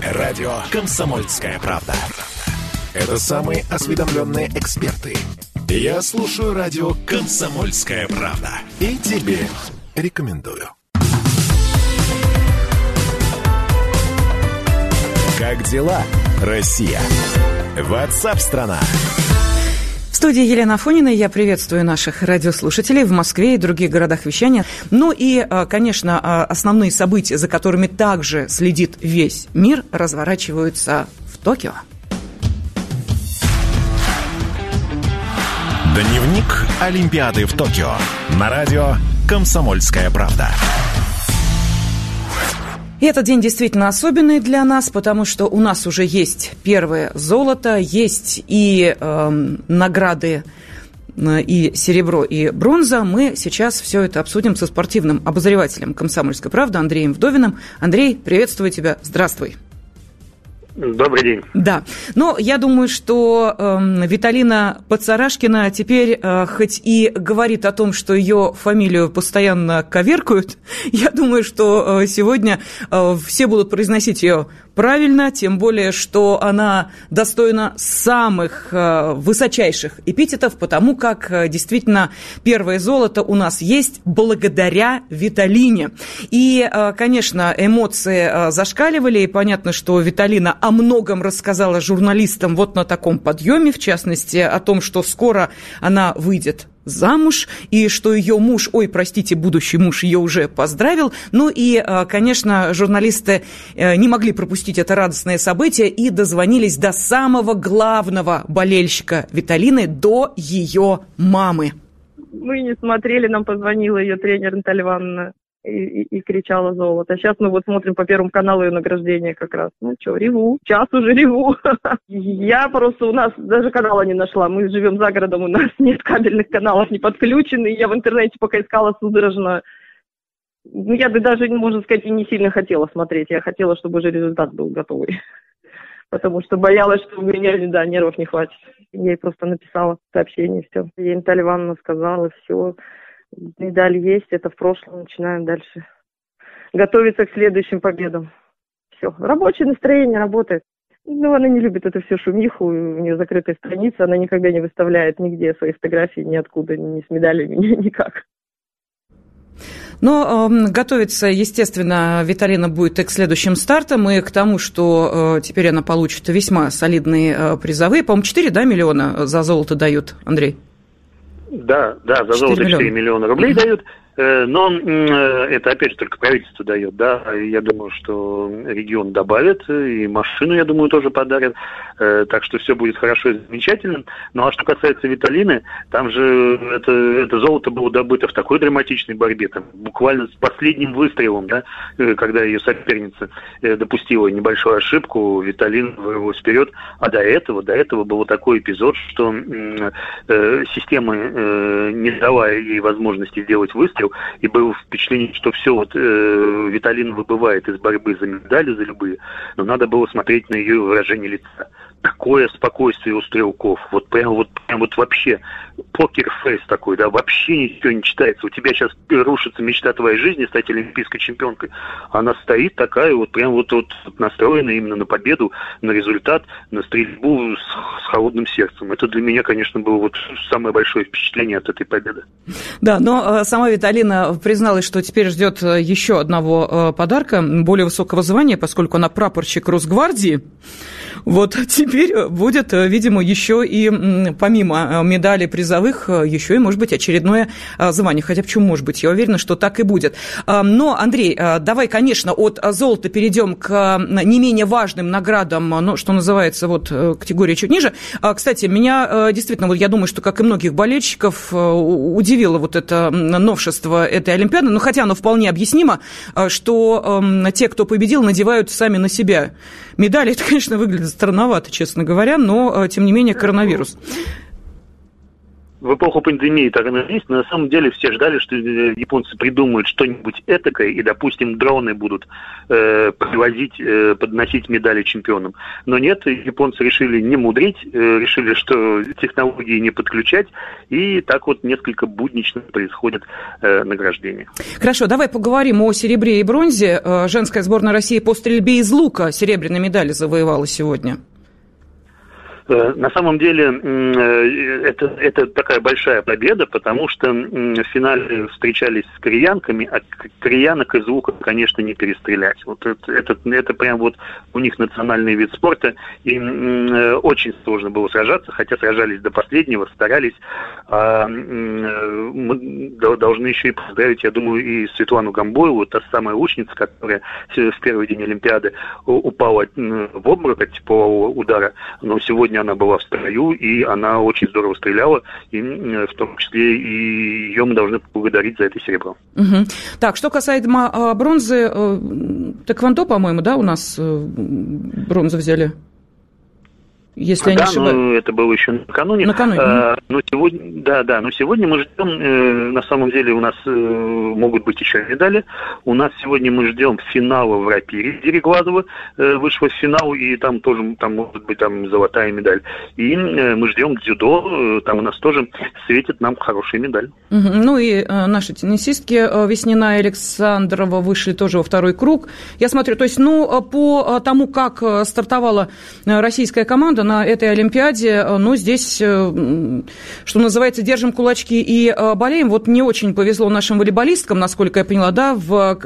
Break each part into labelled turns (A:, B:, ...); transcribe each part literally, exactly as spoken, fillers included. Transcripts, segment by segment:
A: Радио «Комсомольская правда». Это самые осведомленные эксперты. Я слушаю радио «Комсомольская правда». И тебе рекомендую. Как дела, Россия? Ватсап-страна!
B: В студии Елена Афонина. Я приветствую наших радиослушателей в Москве и других городах вещания. Ну и, конечно, основные события, за которыми также следит весь мир, разворачиваются в Токио.
A: Дневник Олимпиады в Токио. На радио «Комсомольская правда».
B: И этот день действительно особенный для нас, потому что у нас уже есть первое золото, есть и э, награды и серебро, и бронза. Мы сейчас все это обсудим со спортивным обозревателем «Комсомольской правды» Андреем Вдовиным. Андрей, приветствую тебя. Здравствуй.
C: Добрый день.
B: Да. Но я думаю, что э, Виталина Поцарашкина теперь э, хоть и говорит о том, что ее фамилию постоянно коверкают, я думаю, что э, сегодня э, все будут произносить ее правильно, тем более, что она достойна самых э, высочайших эпитетов, потому как э, действительно первое золото у нас есть благодаря Виталине. И, э, конечно, эмоции э, зашкаливали, и понятно, что Виталина о многом рассказала журналистам вот на таком подъеме, в частности, о том, что скоро она выйдет замуж, и что ее муж, ой, простите, будущий муж ее уже поздравил. Ну и, конечно, журналисты не могли пропустить это радостное событие и дозвонились до самого главного болельщика Виталины, до ее мамы.
D: Мы не смотрели, нам позвонила ее тренер Наталья Ивановна и, и, и кричала золото. Сейчас мы вот смотрим по Первому каналу ее награждение как раз. Ну что, реву, час уже реву. Я просто, у нас даже канала не нашла. Мы живем за городом, у нас нет кабельных каналов, не подключены. Я в интернете пока искала судорожно. Ну, я бы даже, можно сказать, и не сильно хотела смотреть. Я хотела, чтобы уже результат был готовый. Потому что боялась, что у меня, да, нервов не хватит. Я ей просто написала сообщение, все. Ей Наталья Ивановна сказала, все. Медаль есть, это в прошлом, начинаем дальше готовиться к следующим победам. Все, рабочее настроение работает. Ну, она не любит эту всю шумиху, у нее закрытая страница, она никогда не выставляет нигде свои фотографии, ниоткуда, ни с медалями, ни, никак.
B: Но э, готовится, естественно, Виталина будет и к следующим стартам, и к тому, что э, теперь она получит весьма солидные э, призовые. По-моему, четыре, да, миллиона за золото дают, Андрей?
C: Да, да, за золото четыре миллиона рублей mm-hmm. дают, но это опять же только правительство дает, да, я думаю, что регион добавит, и машину, я думаю, тоже подарят, так что все будет хорошо и замечательно. Ну а что касается Виталины, там же это, это золото было добыто в такой драматичной борьбе, там буквально с последним выстрелом, да, когда ее соперница допустила небольшую ошибку, Виталина вырвалась вперед, а до этого, до этого был такой эпизод, что э, система э, не дала ей возможности сделать выстрел, и было впечатление, что все, вот э, Виталина выбывает из борьбы за медали, за любые, но надо было смотреть на ее выражение лица. Такое спокойствие у стрелков, вот прям вот, прям вот вообще покер-фейс такой, да, вообще ничего не читается. У тебя сейчас рушится мечта твоей жизни стать олимпийской чемпионкой. Она стоит такая вот, прям вот, вот настроена именно на победу, на результат, на стрельбу с, с холодным сердцем. Это для меня, конечно, было вот самое большое впечатление от этой победы.
B: Да, но сама Виталина призналась, что теперь ждет еще одного подарка, более высокого звания, поскольку она прапорщик Росгвардии. Вот теперь будет, видимо, еще и помимо медалей призовых, еще и, может быть, очередное звание. Хотя почему может быть? Я уверена, что так и будет. Но, Андрей, давай, конечно, от золота перейдем к не менее важным наградам, ну, что называется, вот категория чуть ниже. Кстати, меня действительно, вот я думаю, что, как и многих болельщиков, удивило вот это новшество этой Олимпиады. Ну, хотя оно вполне объяснимо, что те, кто победил, надевают сами на себя медали. Это, конечно, выглядит странновато, честно говоря, но, тем не менее, коронавирус.
C: в эпоху пандемии так оно есть, но на самом деле все ждали, что японцы придумают что-нибудь этакое, и, допустим, дроны будут э, привозить, э, подносить медали чемпионам. Но нет, японцы решили не мудрить, э, решили, что технологии не подключать, и так вот несколько буднично происходит э, награждение.
B: Хорошо, давай поговорим о серебре и бронзе. Женская сборная России по стрельбе из лука серебряные медали завоевала сегодня.
C: На самом деле это, это такая большая победа, потому что в финале встречались с кореянками, а кореянок из лука, конечно, не перестрелять. Вот это, это, это прям вот у них национальный вид спорта, и очень сложно было сражаться, хотя сражались до последнего, старались. А мы должны еще и поздравить, я думаю, и Светлану Гамбоеву, та самая лучница, которая в первый день Олимпиады упала в обморок от теплового удара, но сегодня она была в строю, и она очень здорово стреляла, и в том числе и ее мы должны поблагодарить за это серебро.
B: Угу. Так, что касается бронзы, тэквондо, по-моему, да, у нас бронзу взяли? Если я не
C: да,
B: ошибаюсь.
C: Ну, это было еще накануне.
B: Накануне.
C: А, но сегодня, да, да, но сегодня мы ждем, э, на самом деле у нас э, могут быть еще медали. У нас сегодня мы ждем финала в рапире. Дереглазова э, вышла в финал, и там тоже, там может быть там золотая медаль. И э, мы ждем дзюдо, э, там у нас тоже светит нам хорошая медаль.
B: Угу. Ну и э, наши теннисистки э, Веснина и Александрова вышли тоже во второй круг. Я смотрю, то есть, ну, по тому, как стартовала российская команда на этой Олимпиаде, ну, здесь, что называется, держим кулачки и болеем. Вот не очень повезло нашим волейболисткам, насколько я поняла, да, в,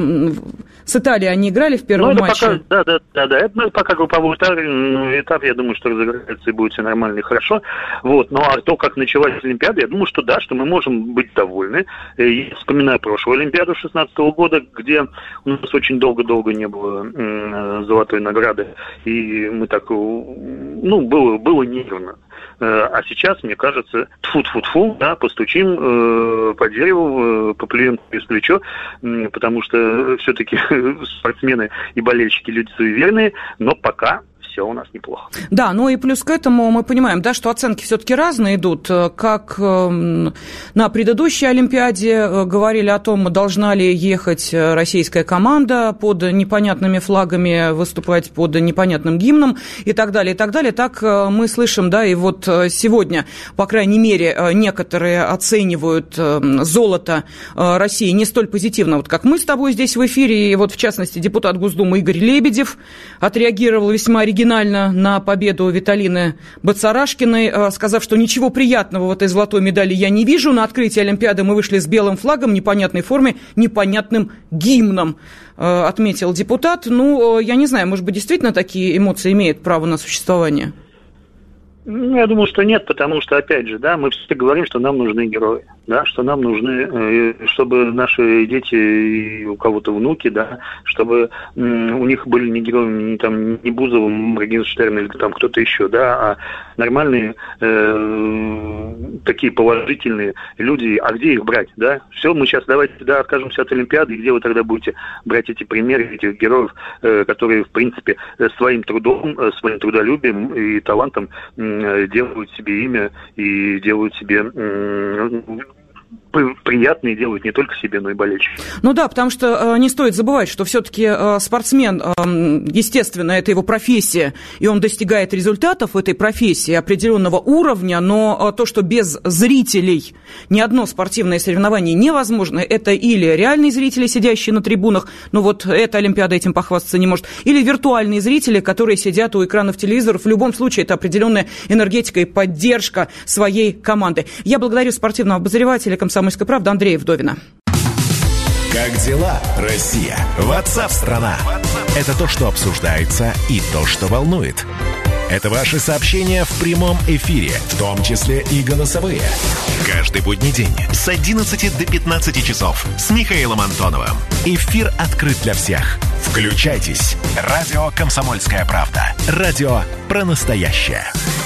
B: с Италией они играли в первом
C: ну,
B: матче.
C: Пока, да, да, да, да, это пока групповой этап, этап, я думаю, что разыграется и будет все нормально и хорошо. Вот, ну, а то, как началась Олимпиада, я думаю, что да, что мы можем быть довольны. Я вспоминаю прошлую Олимпиаду шестнадцатого года, где у нас очень долго-долго не было золотой награды, и мы так... Ну, было, было нервно. А сейчас, мне кажется, тфу-тфу-тфу, да, постучим э, по дереву, э, поплюем через плечо, э, потому что все-таки спортсмены и болельщики люди суеверные, но пока все у нас неплохо.
B: Да, ну и плюс к этому мы понимаем, да, что оценки все-таки разные идут. Как на предыдущей Олимпиаде говорили о том, должна ли ехать российская команда под непонятными флагами, выступать под непонятным гимном и так далее, и так далее. Так мы слышим, да, и вот сегодня, по крайней мере, некоторые оценивают золото России не столь позитивно, вот как мы с тобой здесь в эфире, и вот в частности депутат Госдумы Игорь Лебедев отреагировал весьма оригинально на победу Виталины Бацарашкиной, сказав, что ничего приятного в этой золотой медали я не вижу. На открытии Олимпиады мы вышли с белым флагом, непонятной форме, непонятным гимном, отметил депутат. Ну, я не знаю, может быть, действительно такие эмоции имеют право на существование?
C: Ну, я думаю, что нет, потому что, опять же, да, мы все говорим, что нам нужны герои, да, что нам нужны, чтобы наши дети и у кого-то внуки, да, чтобы у них были не героями, не там, не Бузова, Моргенштерн или там кто-то еще, да, а нормальные э, такие положительные люди. А где их брать, да? Все, мы сейчас давайте, да, откажемся от Олимпиады, и где вы тогда будете брать эти примеры, этих героев, э, которые, в принципе, своим трудом, своим трудолюбием и талантом делают себе имя и делают себе приятные делают не только себе, но и болельщики.
B: Ну да, потому что э, не стоит забывать, что все-таки э, спортсмен, э, естественно, это его профессия, и он достигает результатов в этой профессии определенного уровня, но э, то, что без зрителей ни одно спортивное соревнование невозможно, это или реальные зрители, сидящие на трибунах, ну вот эта Олимпиада этим похвастаться не может, или виртуальные зрители, которые сидят у экранов телевизоров. В любом случае, это определенная энергетика и поддержка своей команды. Я благодарю спортивного обозревателя «Комсомольской правды» Андрея Вдовина.
A: Как дела, Россия? Ватсап-страна! Это то, что обсуждается, и то, что волнует. Это ваши сообщения в прямом эфире, в том числе и голосовые. Каждый будний день с одиннадцати до пятнадцати часов с Михаилом Антоновым. Эфир открыт для всех. Включайтесь. Радио «Комсомольская правда». Радио про настоящее.